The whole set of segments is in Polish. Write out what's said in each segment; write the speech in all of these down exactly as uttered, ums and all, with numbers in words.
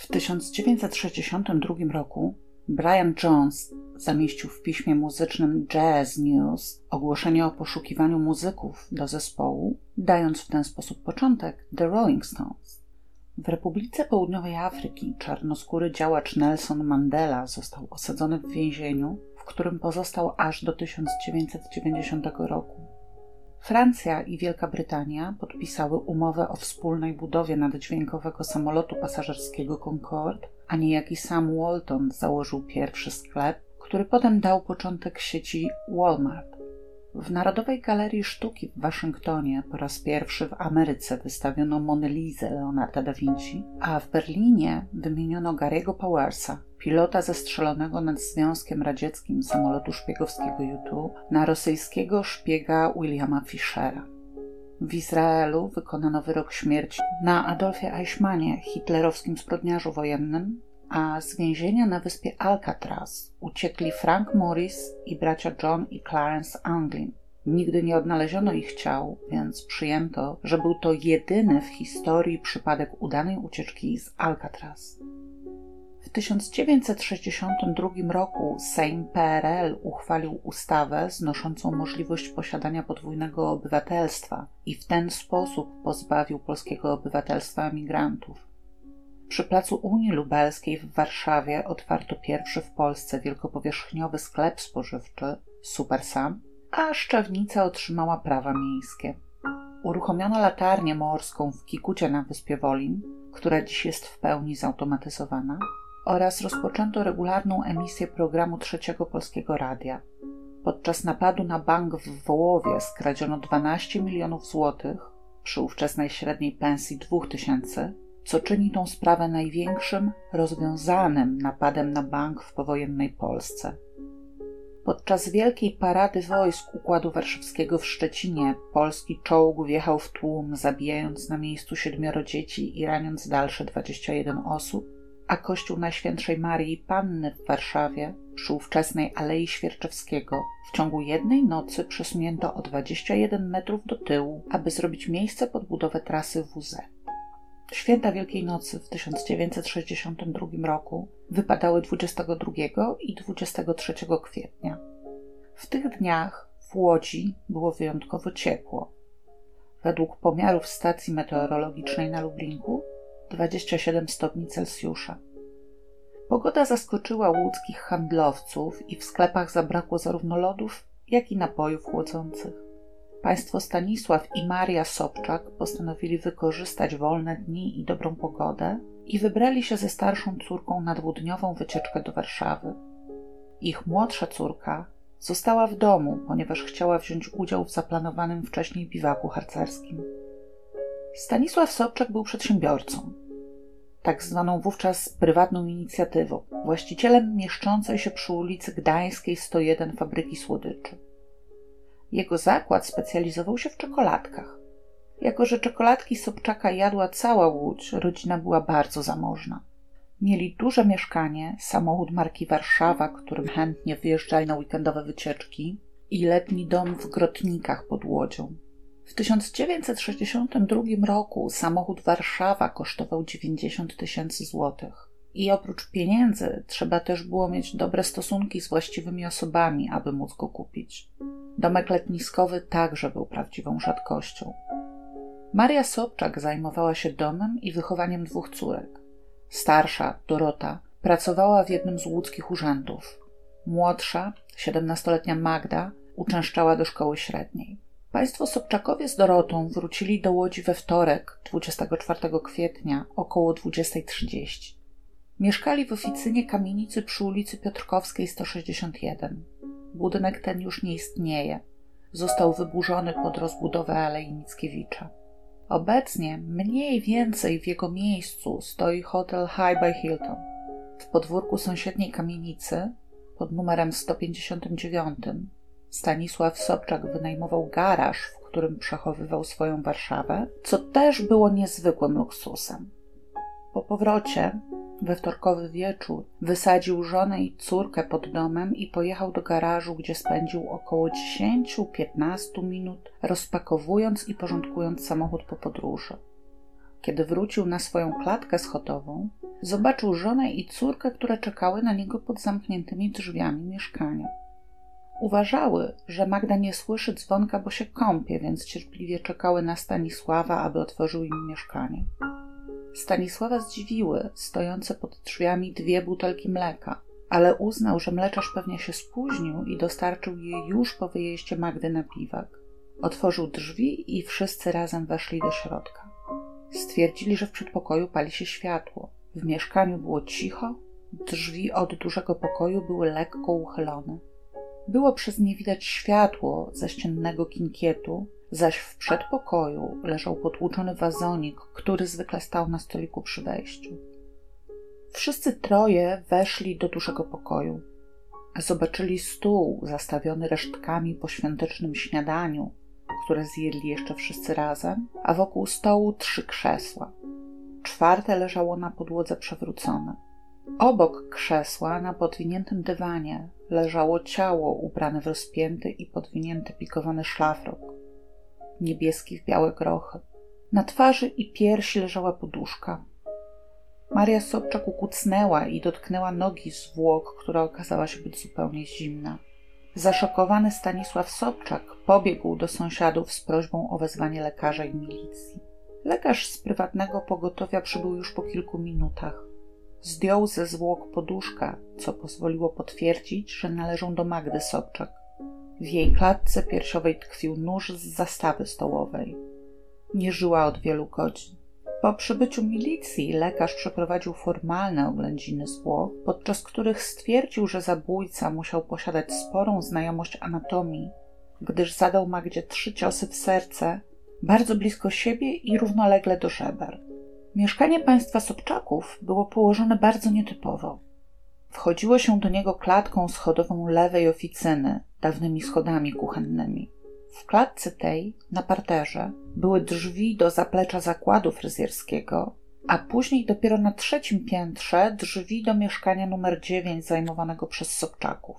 tysiąc dziewięćset sześćdziesiątym drugim roku Brian Jones zamieścił w piśmie muzycznym Jazz News ogłoszenie o poszukiwaniu muzyków do zespołu, dając w ten sposób początek The Rolling Stones. W Republice Południowej Afryki czarnoskóry działacz Nelson Mandela został osadzony w więzieniu, w którym pozostał aż do tysiąc dziewięćset dziewięćdziesiątego roku. Francja i Wielka Brytania podpisały umowę o wspólnej budowie naddźwiękowego samolotu pasażerskiego Concorde, a niejaki Sam Walton założył pierwszy sklep, który potem dał początek sieci Walmart. W Narodowej Galerii Sztuki w Waszyngtonie po raz pierwszy w Ameryce wystawiono Monę Lisę Leonarda da Vinci, a w Berlinie wymieniono Gary'ego Powersa, pilota zestrzelonego nad Związkiem Radzieckim samolotu szpiegowskiego U dwa, na rosyjskiego szpiega Williama Fischera. W Izraelu wykonano wyrok śmierci na Adolfie Eichmannie, hitlerowskim zbrodniarzu wojennym, a z więzienia na wyspie Alcatraz uciekli Frank Morris i bracia John i Clarence Anglin. Nigdy nie odnaleziono ich ciał, więc przyjęto, że był to jedyny w historii przypadek udanej ucieczki z Alcatraz. W tysiąc dziewięćset sześćdziesiątym drugim roku Sejm P R L uchwalił ustawę znoszącą możliwość posiadania podwójnego obywatelstwa i w ten sposób pozbawił polskiego obywatelstwa emigrantów. Przy placu Unii Lubelskiej w Warszawie otwarto pierwszy w Polsce wielkopowierzchniowy sklep spożywczy Super Sam, a Szczawnica otrzymała prawa miejskie. Uruchomiono latarnię morską w Kikucie na wyspie Wolin, która dziś jest w pełni zautomatyzowana, oraz rozpoczęto regularną emisję programu Trzeciego Polskiego Radia. Podczas napadu na bank w Wołowie skradziono dwanaście milionów złotych przy ówczesnej średniej pensji dwóch tysięcy, co czyni tą sprawę największym rozwiązanym napadem na bank w powojennej Polsce. Podczas wielkiej parady wojsk Układu Warszawskiego w Szczecinie polski czołg wjechał w tłum, zabijając na miejscu siedmioro dzieci i raniąc dalsze dwadzieścia jeden osób, a kościół Najświętszej Maryi Panny w Warszawie przy ówczesnej Alei Świerczewskiego w ciągu jednej nocy przesunięto o dwadzieścia jeden metrów do tyłu, aby zrobić miejsce pod budowę trasy W Z. Święta Wielkiej Nocy w tysiąc dziewięćset sześćdziesiątym drugim roku wypadały dwudziestego drugiego i dwudziestego trzeciego kwietnia. W tych dniach w Łodzi było wyjątkowo ciepło. Według pomiarów stacji meteorologicznej na Lublinku dwadzieścia siedem stopni Celsjusza. Pogoda zaskoczyła łódzkich handlowców i w sklepach zabrakło zarówno lodów, jak i napojów chłodzących. Państwo Stanisław i Maria Sobczak postanowili wykorzystać wolne dni i dobrą pogodę i wybrali się ze starszą córką na dwudniową wycieczkę do Warszawy. Ich młodsza córka została w domu, ponieważ chciała wziąć udział w zaplanowanym wcześniej biwaku harcerskim. Stanisław Sobczak był przedsiębiorcą, tak zwaną wówczas prywatną inicjatywą, właścicielem mieszczącej się przy ulicy Gdańskiej sto jeden fabryki słodyczy. Jego zakład specjalizował się w czekoladkach. Jako że czekoladki Sobczaka jadła cała Łódź, rodzina była bardzo zamożna. Mieli duże mieszkanie, samochód marki Warszawa, którym chętnie wyjeżdżali na weekendowe wycieczki, i letni dom w Grotnikach pod Łodzią. W tysiąc dziewięćset sześćdziesiątym drugim roku samochód Warszawa kosztował dziewięćdziesiąt tysięcy złotych. I oprócz pieniędzy trzeba też było mieć dobre stosunki z właściwymi osobami, aby móc go kupić. Domek letniskowy także był prawdziwą rzadkością. Maria Sobczak zajmowała się domem i wychowaniem dwóch córek. Starsza, Dorota, pracowała w jednym z łódzkich urzędów. Młodsza, siedemnastoletnia Magda, uczęszczała do szkoły średniej. Państwo Sobczakowie z Dorotą wrócili do Łodzi we wtorek, dwudziestego czwartego kwietnia, około dwudziestej trzydzieści. Mieszkali w oficynie kamienicy przy ulicy Piotrkowskiej sto sześćdziesiąt jeden. Budynek ten już nie istnieje. Został wyburzony pod rozbudowę Alei Mickiewicza. Obecnie mniej więcej w jego miejscu stoi hotel High by Hilton. W podwórku sąsiedniej kamienicy, pod numerem sto pięćdziesiątym dziewiątym, Stanisław Sobczak wynajmował garaż, w którym przechowywał swoją Warszawę, co też było niezwykłym luksusem. Po powrocie, we wtorkowy wieczór, wysadził żonę i córkę pod domem i pojechał do garażu, gdzie spędził około dziesięć do piętnastu minut, rozpakowując i porządkując samochód po podróży. Kiedy wrócił na swoją klatkę schodową, Zobaczył żonę i córkę, które czekały na niego pod zamkniętymi drzwiami mieszkania. Uważały, że Magda nie słyszy dzwonka, bo się kąpie, więc cierpliwie czekały na Stanisława, aby otworzył im mieszkanie. Stanisława zdziwiły stojące pod drzwiami dwie butelki mleka, ale uznał, że mleczarz pewnie się spóźnił i dostarczył je już po wyjeździe Magdy na biwak. Otworzył drzwi i wszyscy razem weszli do środka. Stwierdzili, że w przedpokoju pali się światło. W mieszkaniu było cicho, drzwi od dużego pokoju były lekko uchylone. Było przez nie widać światło ze ściennego kinkietu, zaś w przedpokoju leżał potłuczony wazonik, który zwykle stał na stoliku przy wejściu. Wszyscy troje weszli do dużego pokoju. Zobaczyli stół zastawiony resztkami po świątecznym śniadaniu, które zjedli jeszcze wszyscy razem, a wokół stołu trzy krzesła. Czwarte leżało na podłodze przewrócone. Obok krzesła, na podwiniętym dywanie, leżało ciało ubrane w rozpięty i podwinięty pikowany szlafrok, niebieski w białe grochy. Na twarzy i piersi leżała poduszka. Maria Sobczak ukucnęła i dotknęła nogi zwłok, która okazała się być zupełnie zimna. Zaszokowany Stanisław Sobczak pobiegł do sąsiadów z prośbą o wezwanie lekarza i milicji. Lekarz z prywatnego pogotowia przybył już po kilku minutach. Zdjął ze zwłok poduszkę, co pozwoliło potwierdzić, że należą do Magdy Sobczak. W jej klatce piersiowej tkwił nóż z zastawy stołowej. Nie żyła od wielu godzin. Po przybyciu milicji lekarz przeprowadził formalne oględziny zwłok, podczas których stwierdził, że zabójca musiał posiadać sporą znajomość anatomii, gdyż zadał Magdzie trzy ciosy w serce, bardzo blisko siebie i równolegle do żeber. Mieszkanie państwa Sobczaków było położone bardzo nietypowo. Wchodziło się do niego klatką schodową lewej oficyny, dawnymi schodami kuchennymi. W klatce tej, na parterze, były drzwi do zaplecza zakładu fryzjerskiego, a później dopiero na trzecim piętrze drzwi do mieszkania numer dziewięć zajmowanego przez Sobczaków.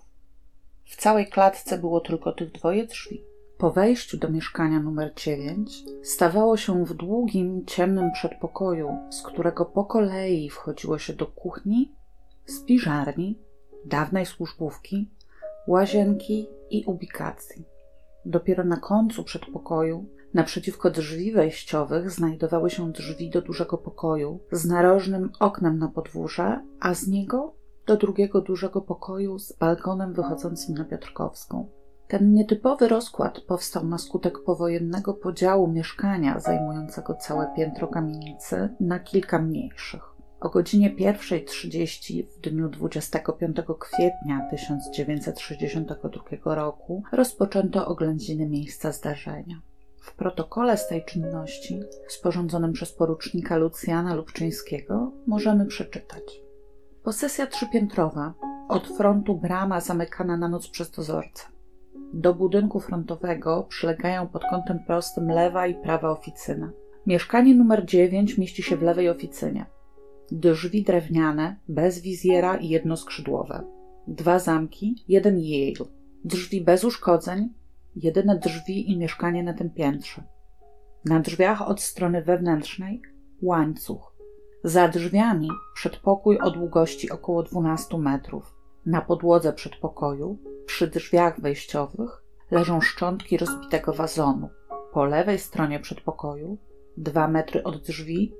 W całej klatce było tylko tych dwoje drzwi. Po wejściu do mieszkania numer dziewięć stawało się w długim, ciemnym przedpokoju, z którego po kolei wchodziło się do kuchni, spiżarni, dawnej służbówki, łazienki i ubikacji. Dopiero na końcu przedpokoju, naprzeciwko drzwi wejściowych, znajdowały się drzwi do dużego pokoju z narożnym oknem na podwórze, a z niego do drugiego dużego pokoju z balkonem wychodzącym na Piotrkowską. Ten nietypowy rozkład powstał na skutek powojennego podziału mieszkania zajmującego całe piętro kamienicy na kilka mniejszych. O godzinie pierwsza trzydzieści w dniu dwudziestego piątego kwietnia tysiąc dziewięćset sześćdziesiątego drugiego roku rozpoczęto oględziny miejsca zdarzenia. W protokole z tej czynności, sporządzonym przez porucznika Lucjana Lubczyńskiego, możemy przeczytać: posesja trzypiętrowa, od frontu brama zamykana na noc przez dozorcę. Do budynku frontowego przylegają pod kątem prostym lewa i prawa oficyna. Mieszkanie numer dziewięć mieści się w lewej oficynie. Drzwi drewniane, bez wizjera i jednoskrzydłowe. Dwa zamki, jeden Yale. Drzwi bez uszkodzeń, jedyne drzwi i mieszkanie na tym piętrze. Na drzwiach od strony wewnętrznej łańcuch. Za drzwiami przedpokój o długości około dwunastu metrów. Na podłodze przedpokoju, przy drzwiach wejściowych, leżą szczątki rozbitego wazonu. Po lewej stronie przedpokoju, dwa metry od drzwi,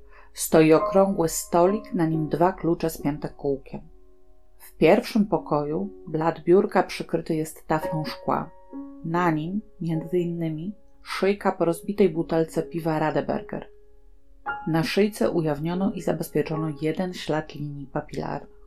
stoi okrągły stolik, na nim dwa klucze spięte kółkiem. W pierwszym pokoju blat biurka przykryty jest taflą szkła. Na nim, między innymi, szyjka po rozbitej butelce piwa Radeberger. Na szyjce ujawniono i zabezpieczono jeden ślad linii papilarnych.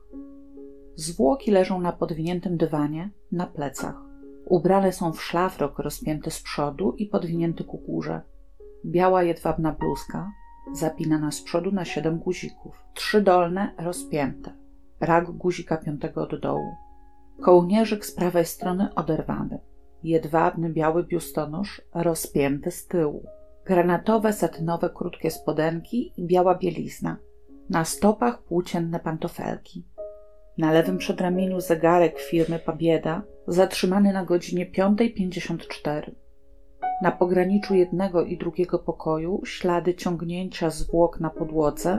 Zwłoki leżą na podwiniętym dywanie, na plecach. Ubrane są w szlafrok rozpięty z przodu i podwinięty ku górze. Biała jedwabna bluzka, zapinana z przodu na siedem guzików. Trzy dolne rozpięte. Brak guzika piątego od dołu. Kołnierzyk z prawej strony oderwany. Jedwabny biały biustonosz rozpięty z tyłu. Granatowe, satynowe, krótkie spodenki i biała bielizna. Na stopach płócienne pantofelki. Na lewym przedramieniu zegarek firmy Pabieda, zatrzymany na godzinie piąta pięćdziesiąt cztery. Na pograniczu jednego i drugiego pokoju ślady ciągnięcia zwłok na podłodze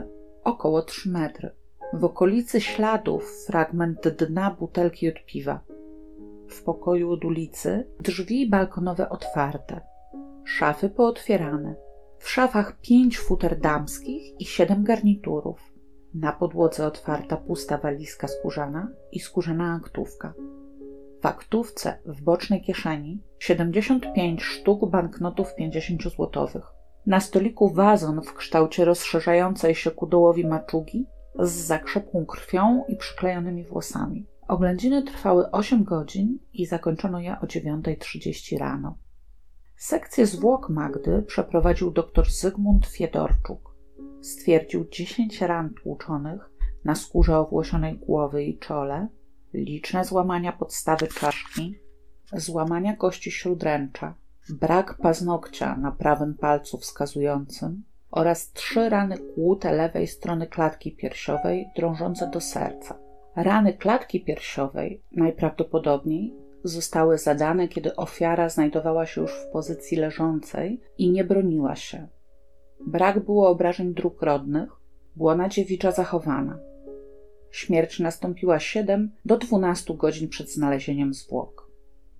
około trzy metry. W okolicy śladów fragment dna butelki od piwa. W pokoju od ulicy drzwi balkonowe otwarte, szafy pootwierane. W szafach pięć futer damskich i siedem garniturów. Na podłodze otwarta pusta walizka skórzana i skórzana aktówka. W aktówce w bocznej kieszeni siedemdziesiąt pięć sztuk banknotów pięćdziesięciozłotowych. Na stoliku wazon w kształcie rozszerzającej się ku dołowi maczugi z zakrzepłą krwią i przyklejonymi włosami. Oględziny trwały osiem godzin i zakończono je o dziewiąta trzydzieści rano. Sekcję zwłok Magdy przeprowadził dr Zygmunt Fiedorczuk. Stwierdził dziesięć ran tłuczonych na skórze owłosionej głowy i czole, liczne złamania podstawy czaszki, złamania kości śródręcza, brak paznokcia na prawym palcu wskazującym oraz trzy rany kłute lewej strony klatki piersiowej drążące do serca. Rany klatki piersiowej najprawdopodobniej zostały zadane, kiedy ofiara znajdowała się już w pozycji leżącej i nie broniła się. Brak było obrażeń dróg rodnych, błona dziewicza zachowana. Śmierć nastąpiła siedem do dwunastu godzin przed znalezieniem zwłok.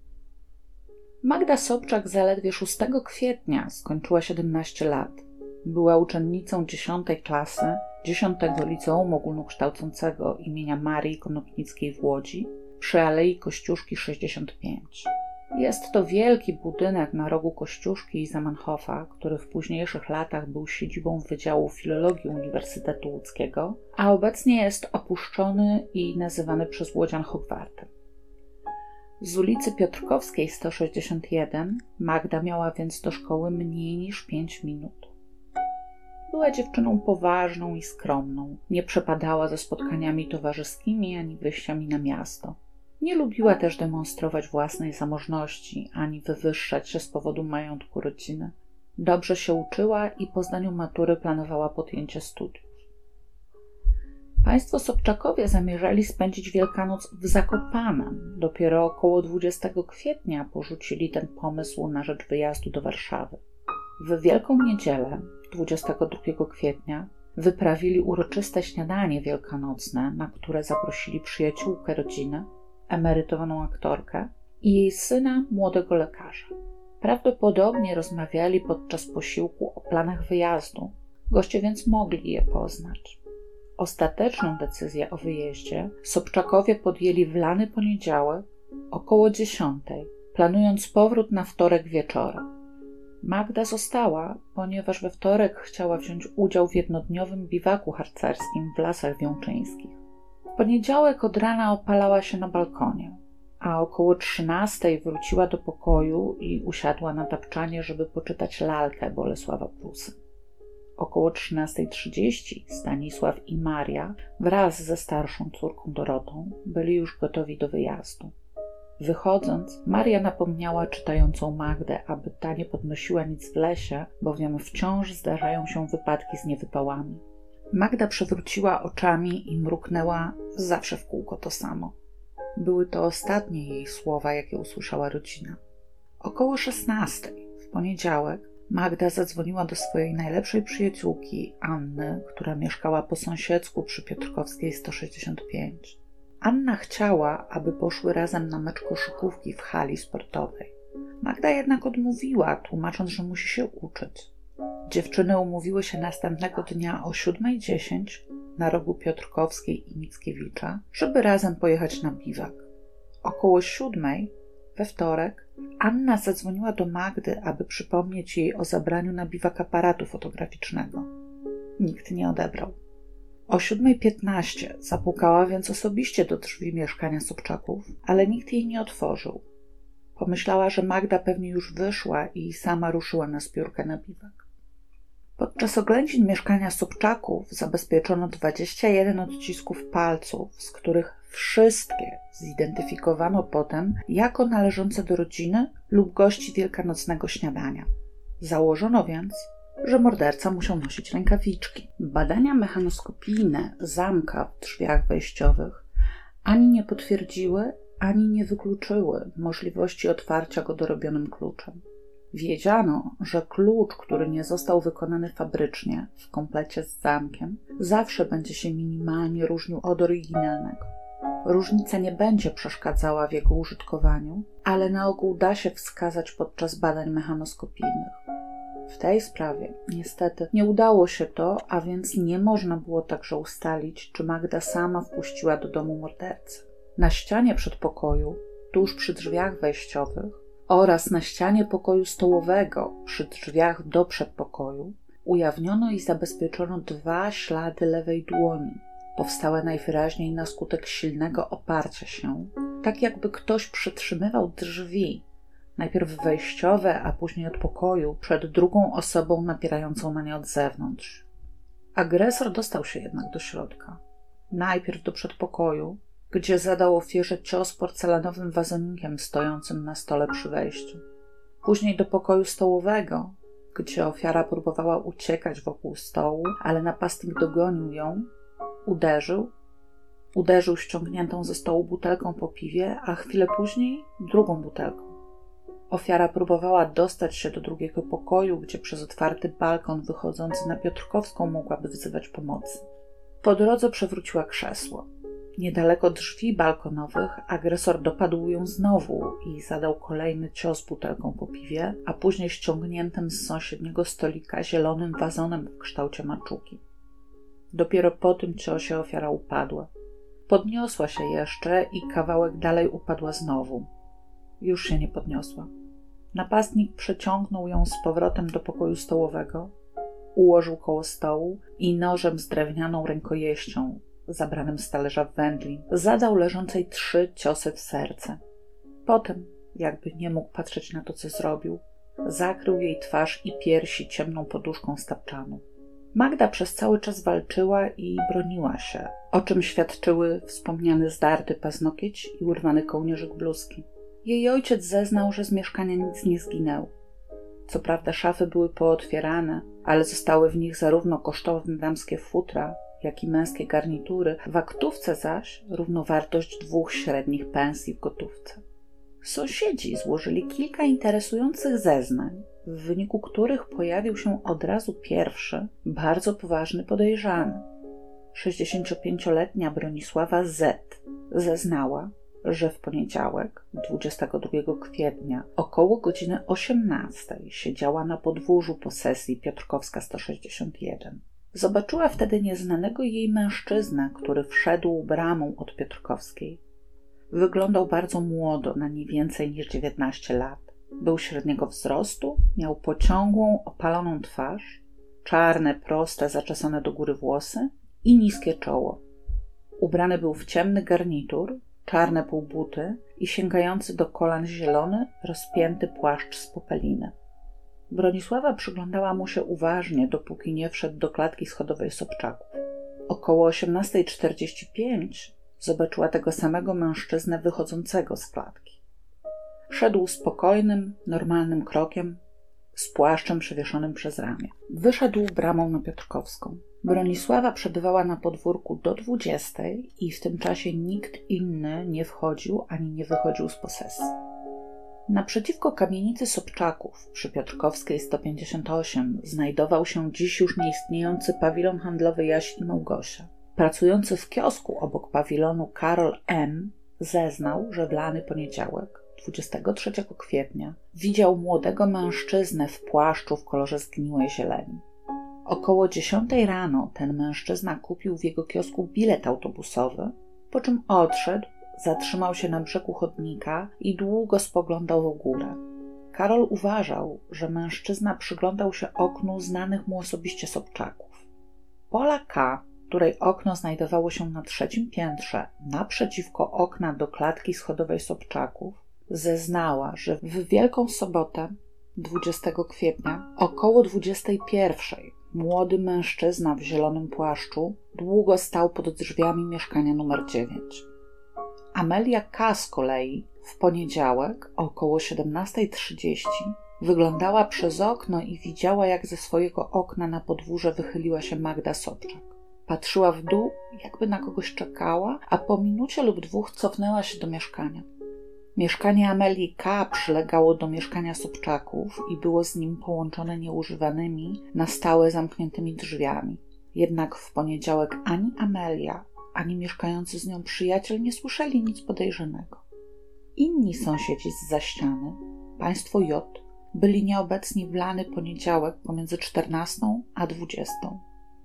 Magda Sobczak zaledwie szóstego kwietnia skończyła siedemnaście lat. Była uczennicą dziesiątej klasy dziesiątego Liceum Ogólnokształcącego imienia Marii Konopnickiej w Łodzi przy Alei Kościuszki sześćdziesiąt pięć. Jest to wielki budynek na rogu Kościuszki i Zamenhofa, który w późniejszych latach był siedzibą Wydziału Filologii Uniwersytetu Łódzkiego, a obecnie jest opuszczony i nazywany przez łodzian Hogwartem. Z ulicy Piotrkowskiej sto sześćdziesiąt jeden Magda miała więc do szkoły mniej niż pięć minut. Była dziewczyną poważną i skromną, nie przepadała ze spotkaniami towarzyskimi ani wyjściami na miasto. Nie lubiła też demonstrować własnej zamożności, ani wywyższać się z powodu majątku rodziny. Dobrze się uczyła i po zdaniu matury planowała podjęcie studiów. Państwo Sobczakowie zamierzali spędzić Wielkanoc w Zakopanem. Dopiero około dwudziestego kwietnia porzucili ten pomysł na rzecz wyjazdu do Warszawy. W Wielką Niedzielę, dwudziestego drugiego kwietnia, wyprawili uroczyste śniadanie wielkanocne, na które zaprosili przyjaciółkę rodziny, emerytowaną aktorkę i jej syna, młodego lekarza. Prawdopodobnie rozmawiali podczas posiłku o planach wyjazdu, goście więc mogli je poznać. Ostateczną decyzję o wyjeździe Sobczakowie podjęli w lany poniedziałek około dziesiątej, planując powrót na wtorek wieczorem. Magda została, ponieważ we wtorek chciała wziąć udział w jednodniowym biwaku harcerskim w Lasach Wiączyńskich. W poniedziałek od rana opalała się na balkonie, a około trzynastej wróciła do pokoju i usiadła na tapczanie, żeby poczytać lalkę Bolesława Prusy. Około trzynasta trzydzieści Stanisław i Maria wraz ze starszą córką Dorotą byli już gotowi do wyjazdu. Wychodząc, Maria napomniała czytającą Magdę, aby ta nie podnosiła nic w lesie, bowiem wciąż zdarzają się wypadki z niewypałami. Magda przewróciła oczami i mruknęła zawsze w kółko to samo. Były to ostatnie jej słowa, jakie usłyszała rodzina. Około szesnastej w poniedziałek Magda zadzwoniła do swojej najlepszej przyjaciółki Anny, która mieszkała po sąsiedzku przy Piotrkowskiej sto sześćdziesiąt pięć. Anna chciała, aby poszły razem na mecz koszykówki w hali sportowej. Magda jednak odmówiła, tłumacząc, że musi się uczyć. Dziewczyny umówiły się następnego dnia o siódma dziesięć na rogu Piotrkowskiej i Mickiewicza, żeby razem pojechać na biwak. Około siódmej, we wtorek, Anna zadzwoniła do Magdy, aby przypomnieć jej o zabraniu na biwak aparatu fotograficznego. Nikt nie odebrał. O siódma piętnaście zapukała więc osobiście do drzwi mieszkania Sobczaków, ale nikt jej nie otworzył. Pomyślała, że Magda pewnie już wyszła i sama ruszyła na zbiórkę na biwak. Podczas oględzin mieszkania Sobczaków zabezpieczono dwadzieścia jeden odcisków palców, z których wszystkie zidentyfikowano potem jako należące do rodziny lub gości wielkanocnego śniadania. Założono więc, że morderca musiał nosić rękawiczki. Badania mechanoskopijne zamka w drzwiach wejściowych ani nie potwierdziły, ani nie wykluczyły możliwości otwarcia go dorobionym kluczem. Wiedziano, że klucz, który nie został wykonany fabrycznie, w komplecie z zamkiem, zawsze będzie się minimalnie różnił od oryginalnego. Różnica nie będzie przeszkadzała w jego użytkowaniu, ale na ogół da się wskazać podczas badań mechanoskopijnych. W tej sprawie niestety nie udało się to, a więc nie można było także ustalić, czy Magda sama wpuściła do domu mordercę. Na ścianie przedpokoju, tuż przy drzwiach wejściowych oraz na ścianie pokoju stołowego przy drzwiach do przedpokoju ujawniono i zabezpieczono dwa ślady lewej dłoni, powstałe najwyraźniej na skutek silnego oparcia się, tak jakby ktoś przytrzymywał drzwi, najpierw wejściowe, a później od pokoju, przed drugą osobą napierającą na nie od zewnątrz. Agresor dostał się jednak do środka. Najpierw do przedpokoju, gdzie zadał ofierze cios porcelanowym wazonikiem stojącym na stole przy wejściu. Później do pokoju stołowego, gdzie ofiara próbowała uciekać wokół stołu, ale napastnik dogonił ją, uderzył, uderzył ściągniętą ze stołu butelką po piwie, a chwilę później drugą butelką. Ofiara próbowała dostać się do drugiego pokoju, gdzie przez otwarty balkon wychodzący na Piotrkowską mogłaby wzywać pomocy. Po drodze przewróciła krzesło. Niedaleko drzwi balkonowych agresor dopadł ją znowu i zadał kolejny cios butelką po piwie, a później ściągniętym z sąsiedniego stolika zielonym wazonem w kształcie maczugi. Dopiero po tym ciosie ofiara upadła. Podniosła się jeszcze i kawałek dalej upadła znowu. Już się nie podniosła. Napastnik przeciągnął ją z powrotem do pokoju stołowego, ułożył koło stołu i nożem z drewnianą rękojeścią, zabranym z talerza wędlin, zadał leżącej trzy ciosy w serce. Potem, jakby nie mógł patrzeć na to, co zrobił, zakrył jej twarz i piersi ciemną poduszką z tapczanu. Magda przez cały czas walczyła i broniła się, o czym świadczyły wspomniany zdarty paznokieć i urwany kołnierzyk bluzki. Jej ojciec zeznał, że z mieszkania nic nie zginęło. Co prawda szafy były pootwierane, ale zostały w nich zarówno kosztowne damskie futra, jak i męskie garnitury, w aktówce zaś równowartość dwóch średnich pensji w gotówce. Sąsiedzi złożyli kilka interesujących zeznań, w wyniku których pojawił się od razu pierwszy, bardzo poważny podejrzany. sześćdziesięciopięcioletnia Bronisława Z. zeznała, że w poniedziałek, dwudziestego drugiego kwietnia, około godziny osiemnastej siedziała na podwórzu posesji Piotrkowska sto sześćdziesiąt jeden. Zobaczyła wtedy nieznanego jej mężczyznę, który wszedł bramą od Piotrkowskiej. Wyglądał bardzo młodo, na nie więcej niż dziewiętnaście lat. Był średniego wzrostu, miał pociągłą, opaloną twarz, czarne, proste, zaczesane do góry włosy i niskie czoło. Ubrany był w ciemny garnitur, czarne półbuty i sięgający do kolan zielony, rozpięty płaszcz z popeliny. Bronisława przyglądała mu się uważnie, dopóki nie wszedł do klatki schodowej Sobczaków. Około osiemnasta czterdzieści pięć zobaczyła tego samego mężczyznę wychodzącego z klatki. Szedł spokojnym, normalnym krokiem, z płaszczem przewieszonym przez ramię. Wyszedł bramą na Piotrkowską. Bronisława przebywała na podwórku do dwudziestej i w tym czasie nikt inny nie wchodził ani nie wychodził z posesji. Naprzeciwko kamienicy Sobczaków przy Piotrkowskiej sto pięćdziesiąt osiem znajdował się dziś już nieistniejący pawilon handlowy Jaś i Małgosia. Pracujący w kiosku obok pawilonu Karol M. zeznał, że w lany poniedziałek, dwudziestego trzeciego kwietnia, widział młodego mężczyznę w płaszczu w kolorze zgniłej zieleni. Około dziesiątej rano ten mężczyzna kupił w jego kiosku bilet autobusowy, po czym odszedł, zatrzymał się na brzegu chodnika i długo spoglądał w górę. Karol uważał, że mężczyzna przyglądał się oknu znanych mu osobiście Sobczaków. Pola K., której okno znajdowało się na trzecim piętrze, naprzeciwko okna do klatki schodowej Sobczaków, zeznała, że w Wielką Sobotę, dwudziestego kwietnia, około dwudziestej pierwszej, młody mężczyzna w zielonym płaszczu długo stał pod drzwiami mieszkania numer dziewięć. Amelia K. z kolei w poniedziałek około siedemnasta trzydzieści wyglądała przez okno i widziała, jak ze swojego okna na podwórze wychyliła się Magda Sobczak. Patrzyła w dół, jakby na kogoś czekała, a po minucie lub dwóch cofnęła się do mieszkania. Mieszkanie Amelii K. przylegało do mieszkania Sobczaków i było z nim połączone nieużywanymi, na stałe zamkniętymi drzwiami. Jednak w poniedziałek ani Amelia, ani mieszkający z nią przyjaciel nie słyszeli nic podejrzanego. Inni sąsiedzi zza ściany, państwo J., byli nieobecni w lany poniedziałek pomiędzy czternastą a dwudziestą.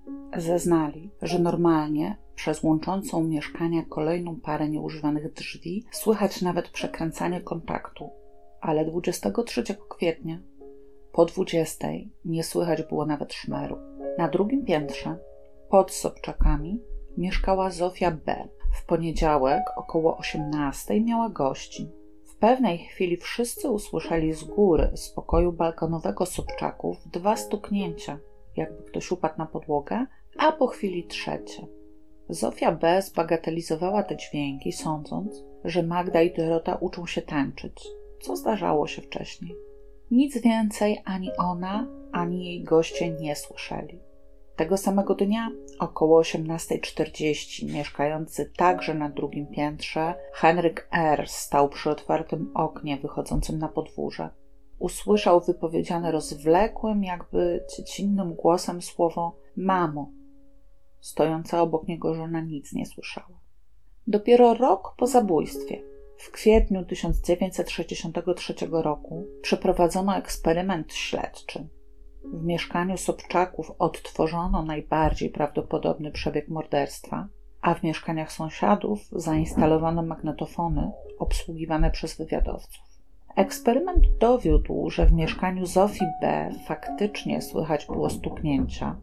Zeznali, że normalnie przez łączącą mieszkania kolejną parę nieużywanych drzwi słychać nawet przekręcanie kontaktu, ale dwudziestego trzeciego kwietnia po dwudziestej nie słychać było nawet szmeru. Na drugim piętrze, pod Sobczakami, mieszkała Zofia B. W poniedziałek około osiemnastej miała gości. W pewnej chwili wszyscy usłyszeli z góry, z pokoju balkonowego Sobczaków, dwa stuknięcia, jakby ktoś upadł na podłogę, a po chwili trzecie. Zofia B. zbagatelizowała te dźwięki, sądząc, że Magda i Dorota uczą się tańczyć, co zdarzało się wcześniej. Nic więcej ani ona, ani jej goście nie słyszeli. Tego samego dnia, około osiemnasta czterdzieści, mieszkający także na drugim piętrze, Henryk R. stał przy otwartym oknie wychodzącym na podwórze. Usłyszał wypowiedziane rozwlekłym, jakby dziecinnym głosem słowo „mamo”. Stojąca obok niego żona nic nie słyszała. Dopiero rok po zabójstwie, w kwietniu tysiąc dziewięćset sześćdziesiątego trzeciego roku, przeprowadzono eksperyment śledczy. W mieszkaniu Sobczaków odtworzono najbardziej prawdopodobny przebieg morderstwa, a w mieszkaniach sąsiadów zainstalowano magnetofony obsługiwane przez wywiadowców. Eksperyment dowiódł, że w mieszkaniu Zofii B. faktycznie słychać było stuknięcia.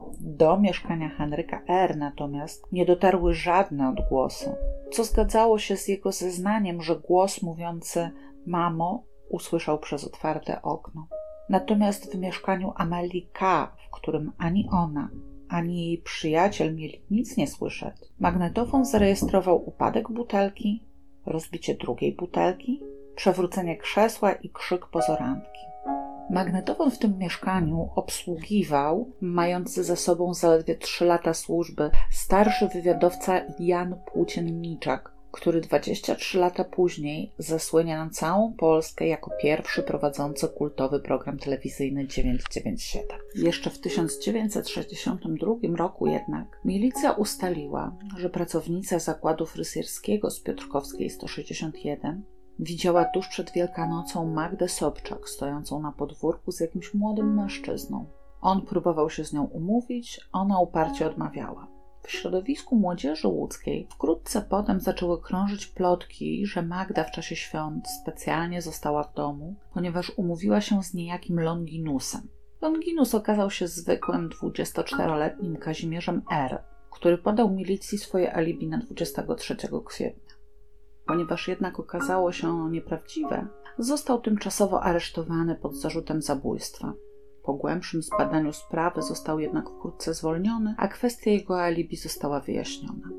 Do mieszkania Henryka R. natomiast nie dotarły żadne odgłosy, co zgadzało się z jego zeznaniem, że głos mówiący „mamo” usłyszał przez otwarte okno. Natomiast w mieszkaniu Amelii K., w którym ani ona, ani jej przyjaciel mieli nic nie słyszeć, magnetofon zarejestrował upadek butelki, rozbicie drugiej butelki, przewrócenie krzesła i krzyk pozorantki. Magnetofon w tym mieszkaniu obsługiwał, mający za sobą zaledwie trzy lata służby, starszy wywiadowca Jan Płócien-Niczak, który dwadzieścia trzy lata później zasłania na całą Polskę jako pierwszy prowadzący kultowy program telewizyjny dziewięćset dziewięćdziesiąt siedem. Jeszcze w tysiąc dziewięćset sześćdziesiątym drugim roku jednak milicja ustaliła, że pracownica zakładu fryzjerskiego z Piotrkowskiej sto sześćdziesiąt jeden widziała tuż przed Wielkanocą Magdę Sobczak stojącą na podwórku z jakimś młodym mężczyzną. On próbował się z nią umówić, ona uparcie odmawiała. W środowisku młodzieży łódzkiej wkrótce potem zaczęły krążyć plotki, że Magda w czasie świąt specjalnie została w domu, ponieważ umówiła się z niejakim Longinusem. Longinus okazał się zwykłym dwudziestoczteroletnim Kazimierzem R., który podał milicji swoje alibi na dwudziestego trzeciego kwietnia. Ponieważ jednak okazało się ono nieprawdziwe, został tymczasowo aresztowany pod zarzutem zabójstwa. Po głębszym zbadaniu sprawy został jednak wkrótce zwolniony, a kwestia jego alibi została wyjaśniona.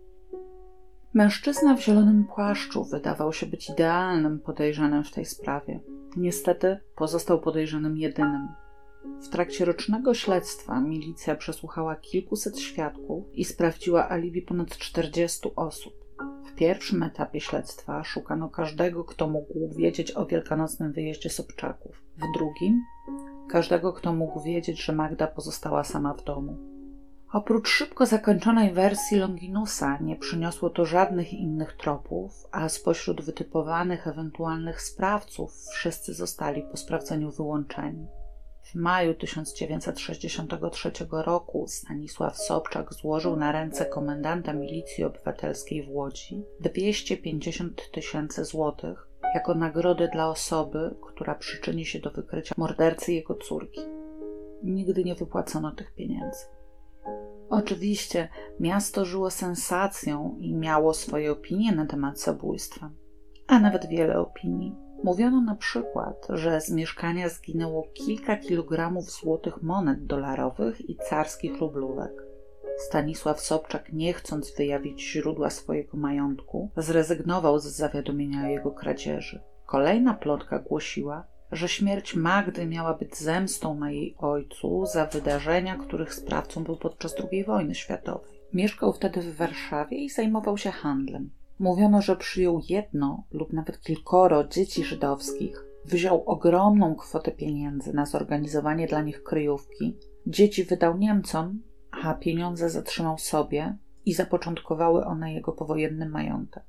Mężczyzna w zielonym płaszczu wydawał się być idealnym podejrzanym w tej sprawie. Niestety pozostał podejrzanym jedynym. W trakcie rocznego śledztwa milicja przesłuchała kilkuset świadków i sprawdziła alibi ponad czterdziestu osób. W pierwszym etapie śledztwa szukano każdego, kto mógł wiedzieć o wielkanocnym wyjeździe Sobczaków. W drugim każdego, kto mógł wiedzieć, że Magda pozostała sama w domu. Oprócz szybko zakończonej wersji Longinusa nie przyniosło to żadnych innych tropów, a spośród wytypowanych ewentualnych sprawców wszyscy zostali po sprawdzeniu wyłączeni. W maju tysiąc dziewięćset sześćdziesiątego trzeciego roku Stanisław Sobczak złożył na ręce komendanta Milicji Obywatelskiej w Łodzi dwieście pięćdziesiąt tysięcy złotych jako nagrody dla osoby, która przyczyni się do wykrycia mordercy jego córki. Nigdy nie wypłacono tych pieniędzy. Oczywiście miasto żyło sensacją i miało swoje opinie na temat zabójstwa, a nawet wiele opinii. Mówiono na przykład, że z mieszkania zginęło kilka kilogramów złotych monet dolarowych i carskich rublówek. Stanisław Sobczak, nie chcąc wyjawić źródła swojego majątku, zrezygnował z zawiadomienia o jego kradzieży. Kolejna plotka głosiła, że śmierć Magdy miała być zemstą na jej ojcu za wydarzenia, których sprawcą był podczas drugiej wojny światowej. Mieszkał wtedy w Warszawie i zajmował się handlem. Mówiono, że przyjął jedno lub nawet kilkoro dzieci żydowskich, wziął ogromną kwotę pieniędzy na zorganizowanie dla nich kryjówki, dzieci wydał Niemcom, a pieniądze zatrzymał sobie i zapoczątkowały one jego powojenny majątek.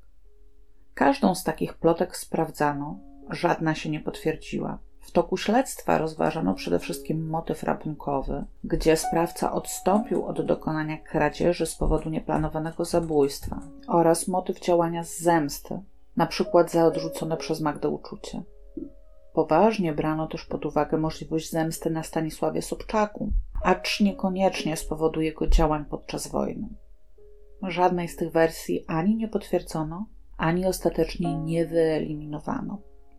Każdą z takich plotek sprawdzano, żadna się nie potwierdziła. W toku śledztwa rozważano przede wszystkim motyw rabunkowy, gdzie sprawca odstąpił od dokonania kradzieży z powodu nieplanowanego zabójstwa, oraz motyw działania z zemsty, na przykład za odrzucone przez Magdę uczucie. Poważnie brano też pod uwagę możliwość zemsty na Stanisławie Sobczaku, acz niekoniecznie z powodu jego działań podczas wojny. Żadnej z tych wersji ani nie potwierdzono, ani ostatecznie nie wyeliminowano.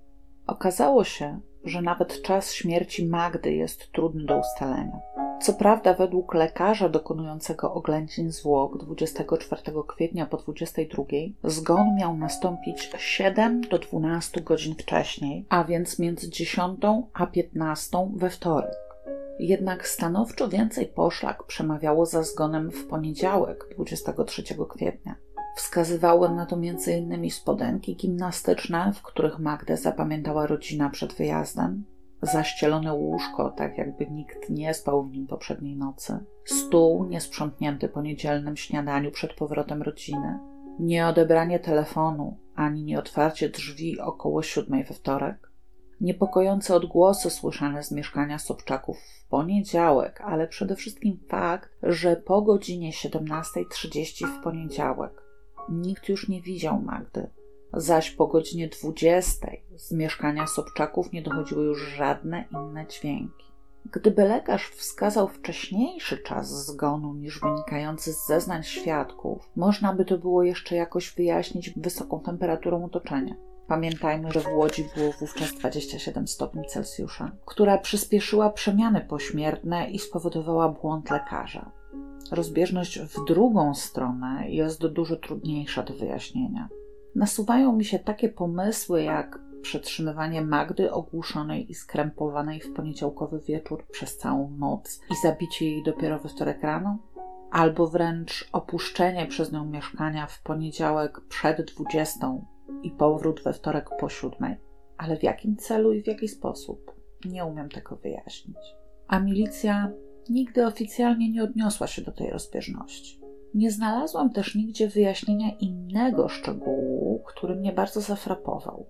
Okazało się, że nawet czas śmierci Magdy jest trudny do ustalenia. Co prawda, według lekarza dokonującego oględzin zwłok dwudziestego czwartego kwietnia po dwudziestej drugiej zgon miał nastąpić siedem do dwunastu godzin wcześniej, a więc między dziesiątą a piętnastą we wtorek. Jednak stanowczo więcej poszlak przemawiało za zgonem w poniedziałek, dwudziestego trzeciego kwietnia. Wskazywały na to między innymi spodenki gimnastyczne, w których Magdę zapamiętała rodzina przed wyjazdem, zaścielone łóżko, tak jakby nikt nie spał w nim poprzedniej nocy, stół niesprzątnięty po niedzielnym śniadaniu przed powrotem rodziny, nieodebranie telefonu ani nieotwarcie drzwi około siódmej we wtorek, niepokojące odgłosy słyszane z mieszkania Sobczaków w poniedziałek, ale przede wszystkim fakt, że po godzinie siedemnastej trzydzieści w poniedziałek nikt już nie widział Magdy, zaś po godzinie dwudziestej z mieszkania Sobczaków nie dochodziły już żadne inne dźwięki. Gdyby lekarz wskazał wcześniejszy czas zgonu niż wynikający z zeznań świadków, można by to było jeszcze jakoś wyjaśnić wysoką temperaturą otoczenia. Pamiętajmy, że w Łodzi było wówczas dwadzieścia siedem stopni Celsjusza, która przyspieszyła przemiany pośmiertne i spowodowała błąd lekarza. Rozbieżność w drugą stronę jest dużo trudniejsza do wyjaśnienia. Nasuwają mi się takie pomysły jak przetrzymywanie Magdy ogłuszonej i skrępowanej w poniedziałkowy wieczór przez całą noc i zabicie jej dopiero we wtorek rano, albo wręcz opuszczenie przez nią mieszkania w poniedziałek przed dwudziestą i powrót we wtorek po siódmej. Ale w jakim celu i w jaki sposób? Nie umiem tego wyjaśnić. A milicja nigdy oficjalnie nie odniosła się do tej rozbieżności. Nie znalazłam też nigdzie wyjaśnienia innego szczegółu, który mnie bardzo zafrapował.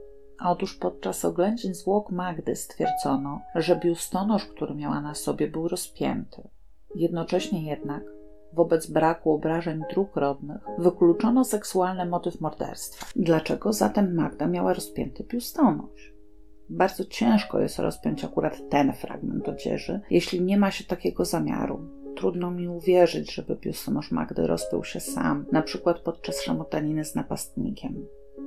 Otóż podczas oględzin zwłok Magdy stwierdzono, że biustonosz, który miała na sobie, był rozpięty. Jednocześnie jednak, wobec braku obrażeń dróg rodnych, wykluczono seksualny motyw morderstwa. Dlaczego zatem Magda miała rozpięty biustonosz? Bardzo ciężko jest rozpiąć akurat ten fragment odzieży, jeśli nie ma się takiego zamiaru. Trudno mi uwierzyć, żeby biustonosz Magdy rozpiął się sam, na przykład podczas szamotaniny z napastnikiem.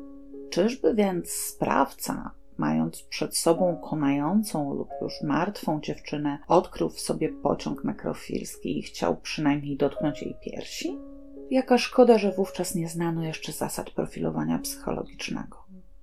Czyżby więc sprawca, mając przed sobą konającą lub już martwą dziewczynę, odkrył w sobie pociąg nekrofilski i chciał przynajmniej dotknąć jej piersi? Jaka szkoda, że wówczas nie znano jeszcze zasad profilowania psychologicznego.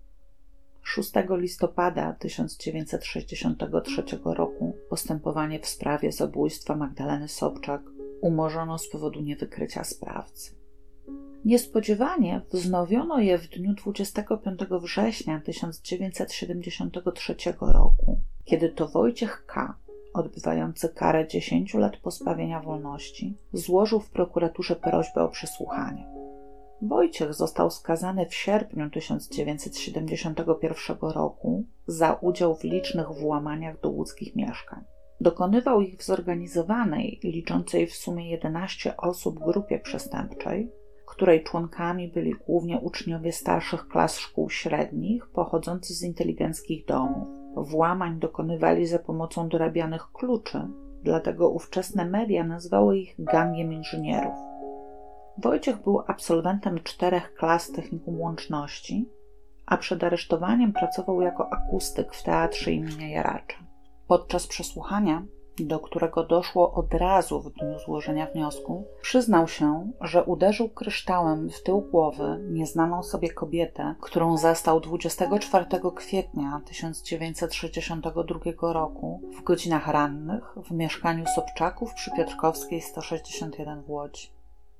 szóstego listopada tysiąc dziewięćset sześćdziesiątego trzeciego roku postępowanie w sprawie zabójstwa Magdaleny Sobczak umorzono z powodu niewykrycia sprawcy. Niespodziewanie wznowiono je w dniu dwudziestego piątego września tysiąc dziewięćset siedemdziesiątego trzeciego roku, kiedy to Wojciech K., odbywający karę dziesięciu lat pozbawienia wolności, złożył w prokuraturze prośbę o przesłuchanie. Wojciech został skazany w sierpniu tysiąc dziewięćset siedemdziesiątego pierwszego roku za udział w licznych włamaniach do łódzkich mieszkań. Dokonywał ich w zorganizowanej, liczącej w sumie jedenaście osób grupie przestępczej, której członkami byli głównie uczniowie starszych klas szkół średnich pochodzący z inteligenckich domów. Włamań dokonywali za pomocą dorabianych kluczy, dlatego ówczesne media nazwały ich gangiem inżynierów. Wojciech był absolwentem czterech klas technikum łączności, a przed aresztowaniem pracował jako akustyk w teatrze imienia Jaracza. Podczas przesłuchania, do którego doszło od razu w dniu złożenia wniosku, przyznał się, że uderzył kryształem w tył głowy nieznaną sobie kobietę, którą zastał dwudziestego czwartego kwietnia tysiąc dziewięćset sześćdziesiątego drugiego roku w godzinach rannych w mieszkaniu Sobczaków przy Piotrkowskiej sto sześćdziesiąt jeden w Łodzi.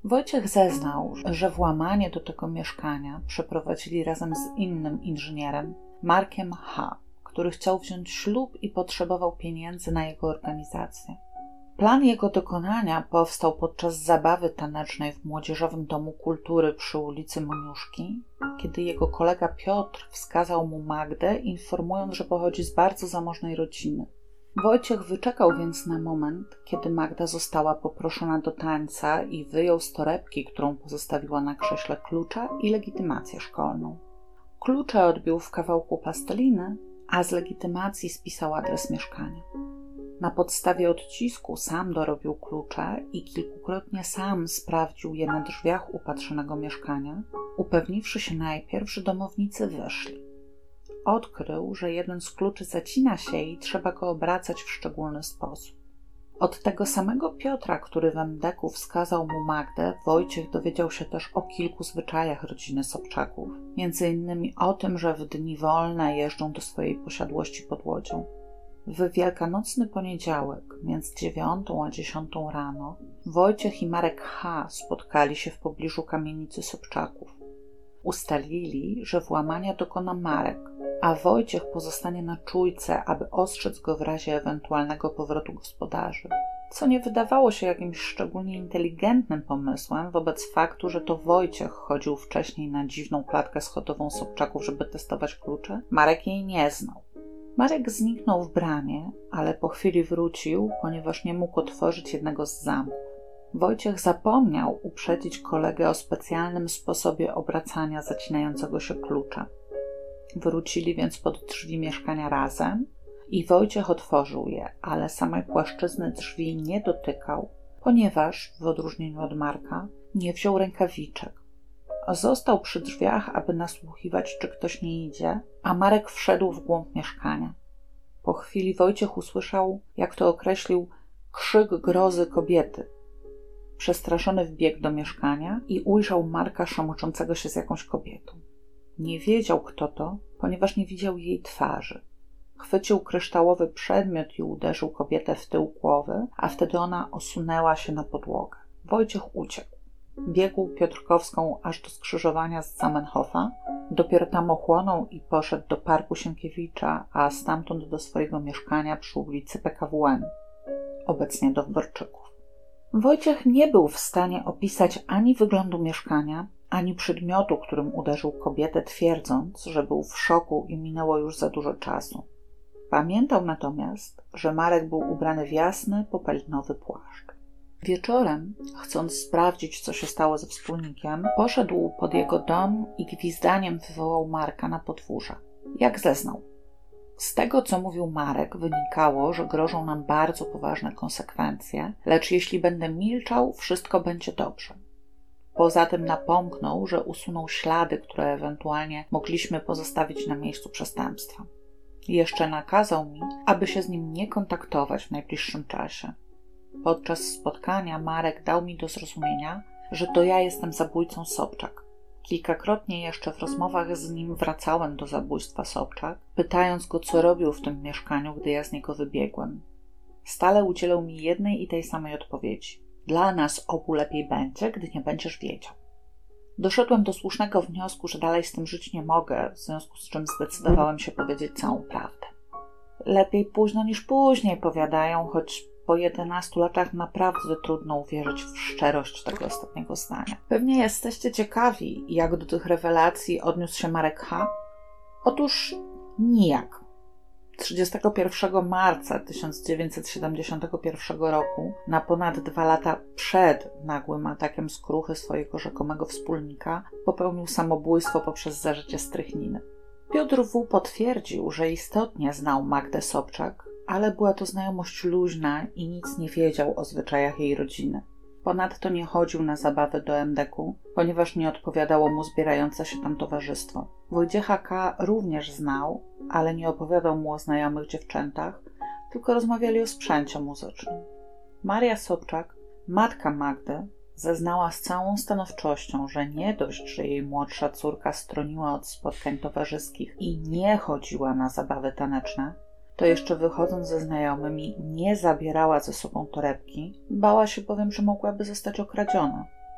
Wojciech zeznał, że włamanie do tego mieszkania przeprowadzili razem z innym inżynierem, Markiem H., który chciał wziąć ślub i potrzebował pieniędzy na jego organizację. Plan jego dokonania powstał podczas zabawy tanecznej w Młodzieżowym Domu Kultury przy ulicy Moniuszki, kiedy jego kolega Piotr wskazał mu Magdę, informując, że pochodzi z bardzo zamożnej rodziny. Wojciech wyczekał więc na moment, kiedy Magda została poproszona do tańca i wyjął z torebki, którą pozostawiła na krześle, klucza i legitymację szkolną. Klucze odbił w kawałku plasteliny, a z legitymacji spisał adres mieszkania. Na podstawie odcisku sam dorobił klucze i kilkukrotnie sam sprawdził je na drzwiach upatrzonego mieszkania, upewniwszy się najpierw, że domownicy wyszli. Odkrył, że jeden z kluczy zacina się i trzeba go obracać w szczególny sposób. Od tego samego Piotra, który w em de ku wskazał mu Magdę, Wojciech dowiedział się też o kilku zwyczajach rodziny Sobczaków, między innymi o tym, że w dni wolne jeżdżą do swojej posiadłości pod łodzią. W wielkanocny poniedziałek, między dziewiątą a dziesiątą rano, Wojciech i Marek H. spotkali się w pobliżu kamienicy Sobczaków. Ustalili, że włamania dokona Marek, a Wojciech pozostanie na czujce, aby ostrzec go w razie ewentualnego powrotu gospodarzy, co nie wydawało się jakimś szczególnie inteligentnym pomysłem wobec faktu, że to Wojciech chodził wcześniej na dziwną klatkę schodową Sobczaków, żeby testować klucze. Marek jej nie znał. Marek zniknął w bramie, ale po chwili wrócił, ponieważ nie mógł otworzyć jednego z zamków. Wojciech zapomniał uprzedzić kolegę o specjalnym sposobie obracania zacinającego się klucza. Wrócili więc pod drzwi mieszkania razem i Wojciech otworzył je, ale samej płaszczyzny drzwi nie dotykał, ponieważ, w odróżnieniu od Marka, nie wziął rękawiczek. Został przy drzwiach, aby nasłuchiwać, czy ktoś nie idzie, a Marek wszedł w głąb mieszkania. Po chwili Wojciech usłyszał, jak to określił, krzyk grozy kobiety. Przestraszony wbiegł do mieszkania i ujrzał Marka szamoczącego się z jakąś kobietą. Nie wiedział, kto to, ponieważ nie widział jej twarzy. Chwycił kryształowy przedmiot i uderzył kobietę w tył głowy, a wtedy ona osunęła się na podłogę. Wojciech uciekł. Biegł Piotrkowską aż do skrzyżowania z Zamenhofa, dopiero tam ochłonął i poszedł do Parku Sienkiewicza, a stamtąd do swojego mieszkania przy ulicy P K W N, obecnie do Dworczyków. Wojciech nie był w stanie opisać ani wyglądu mieszkania, ani przedmiotu, którym uderzył kobietę, twierdząc, że był w szoku i minęło już za dużo czasu. Pamiętał natomiast, że Marek był ubrany w jasny, popelinowy płaszcz. Wieczorem, chcąc sprawdzić, co się stało ze wspólnikiem, poszedł pod jego dom i gwizdaniem wywołał Marka na podwórze. Jak zeznał? Z tego, co mówił Marek, wynikało, że grożą nam bardzo poważne konsekwencje, lecz jeśli będę milczał, wszystko będzie dobrze. Poza tym napomknął, że usunął ślady, które ewentualnie mogliśmy pozostawić na miejscu przestępstwa. Jeszcze nakazał mi, aby się z nim nie kontaktować w najbliższym czasie. Podczas spotkania Marek dał mi do zrozumienia, że to ja jestem zabójcą Sobczak. Kilkakrotnie jeszcze w rozmowach z nim wracałem do zabójstwa Sobczak, pytając go, co robił w tym mieszkaniu, gdy ja z niego wybiegłem. Stale udzielał mi jednej i tej samej odpowiedzi. Dla nas obu lepiej będzie, gdy nie będziesz wiedział. Doszedłem do słusznego wniosku, że dalej z tym żyć nie mogę, w związku z czym zdecydowałem się powiedzieć całą prawdę. Lepiej późno niż później, powiadają, choć po jedenastu latach naprawdę trudno uwierzyć w szczerość tego ostatniego zdania. Pewnie jesteście ciekawi, jak do tych rewelacji odniósł się Marek H. Otóż nijak. trzydziestego pierwszego marca tysiąc dziewięćset siedemdziesiątego pierwszego roku, na ponad dwa lata przed nagłym atakiem skruchy swojego rzekomego wspólnika, popełnił samobójstwo poprzez zażycie strychniny. Piotr W. potwierdził, że istotnie znał Magdę Sobczak, ale była to znajomość luźna i nic nie wiedział o zwyczajach jej rodziny. Ponadto nie chodził na zabawy do em de ku, ponieważ nie odpowiadało mu zbierające się tam towarzystwo. Wojciecha K. również znał, ale nie opowiadał mu o znajomych dziewczętach, tylko rozmawiali o sprzęcie muzycznym. Maria Sobczak, matka Magdy, zeznała z całą stanowczością, że nie dość, że jej młodsza córka stroniła od spotkań towarzyskich i nie chodziła na zabawy taneczne, to jeszcze wychodząc ze znajomymi nie zabierała ze sobą torebki, bała się bowiem, że mogłaby zostać okradziona.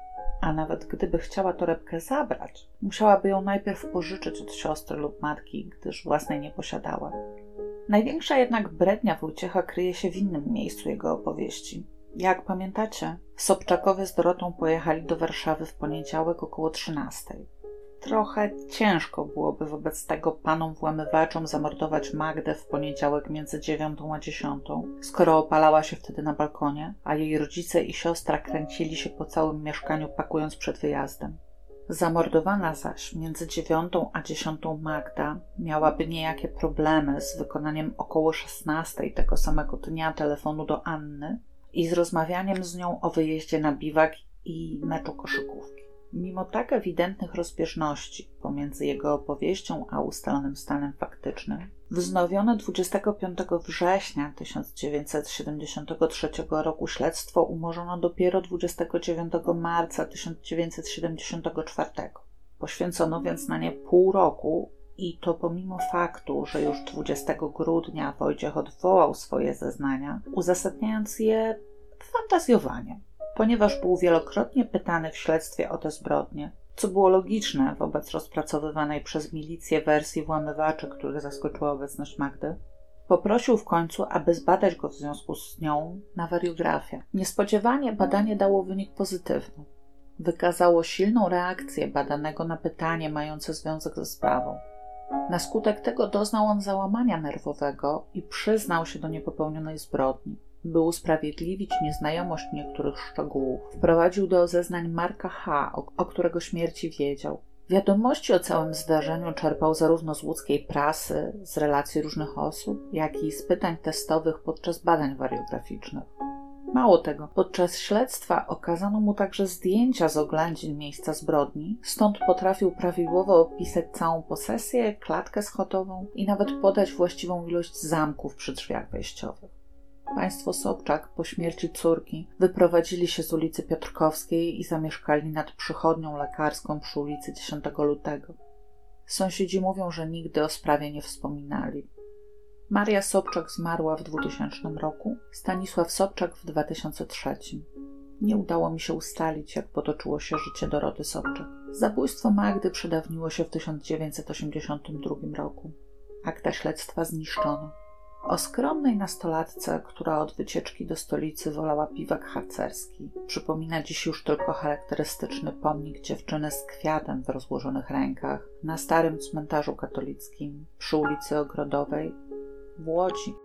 a nawet gdyby chciała torebkę zabrać, musiałaby ją najpierw pożyczyć od siostry lub matki, gdyż własnej nie posiadała. Największa jednak brednia Wojciecha kryje się w innym miejscu jego opowieści. Jak pamiętacie, Sobczakowie z Dorotą pojechali do Warszawy w poniedziałek około trzynastej. Trochę ciężko byłoby wobec tego panom włamywaczom zamordować Magdę w poniedziałek między dziewiątą a dziesiątą, skoro opalała się wtedy na balkonie, a jej rodzice i siostra kręcili się po całym mieszkaniu, pakując przed wyjazdem. Zamordowana zaś między dziewiątą a dziesiątą Magda miałaby niejakie problemy z wykonaniem około szesnastej tego samego dnia telefonu do Anny i z rozmawianiem z nią o wyjeździe na biwak i meczu koszykówki. Mimo tak ewidentnych rozbieżności pomiędzy jego opowieścią a ustalonym stanem faktycznym, wznowione dwudziestego piątego września tysiąc dziewięćset siedemdziesiątego trzeciego roku śledztwo umorzono dopiero dwudziestego dziewiątego marca tysiąc dziewięćset siedemdziesiątego czwartego. Poświęcono więc na nie pół roku i to pomimo faktu, że już dwudziestego grudnia Wojciech odwołał swoje zeznania, uzasadniając je fantazjowaniem, ponieważ był wielokrotnie pytany w śledztwie o te zbrodnie, co było logiczne wobec rozpracowywanej przez milicję wersji włamywaczy, których zaskoczyła obecność Magdy. Poprosił w końcu, aby zbadać go w związku z nią na wariografię. Niespodziewanie badanie dało wynik pozytywny. Wykazało silną reakcję badanego na pytanie mające związek ze sprawą. Na skutek tego doznał on załamania nerwowego i przyznał się do niepopełnionej zbrodni. By usprawiedliwić nieznajomość niektórych szczegółów, wprowadził do zeznań Marka H., o, o którego śmierci wiedział. Wiadomości o całym zdarzeniu czerpał zarówno z łódzkiej prasy, z relacji różnych osób, jak i z pytań testowych podczas badań wariograficznych. Mało tego, podczas śledztwa okazano mu także zdjęcia z oględzin miejsca zbrodni, stąd potrafił prawidłowo opisać całą posesję, klatkę schodową i nawet podać właściwą ilość zamków przy drzwiach wejściowych. Państwo Sobczak po śmierci córki wyprowadzili się z ulicy Piotrkowskiej i zamieszkali nad przychodnią lekarską przy ulicy dziesiątego lutego. Sąsiedzi mówią, że nigdy o sprawie nie wspominali. Maria Sobczak zmarła w dwutysięcznym roku, Stanisław Sobczak w dwa tysiące trzecim. Nie udało mi się ustalić, jak potoczyło się życie Doroty Sobczak. Zabójstwo Magdy przedawniło się w tysiąc dziewięćset osiemdziesiątym drugim roku. Akta śledztwa zniszczono. O skromnej nastolatce, która od wycieczki do stolicy wolała biwak harcerski, przypomina dziś już tylko charakterystyczny pomnik dziewczyny z kwiatem w rozłożonych rękach na starym cmentarzu katolickim przy ulicy Ogrodowej w Łodzi.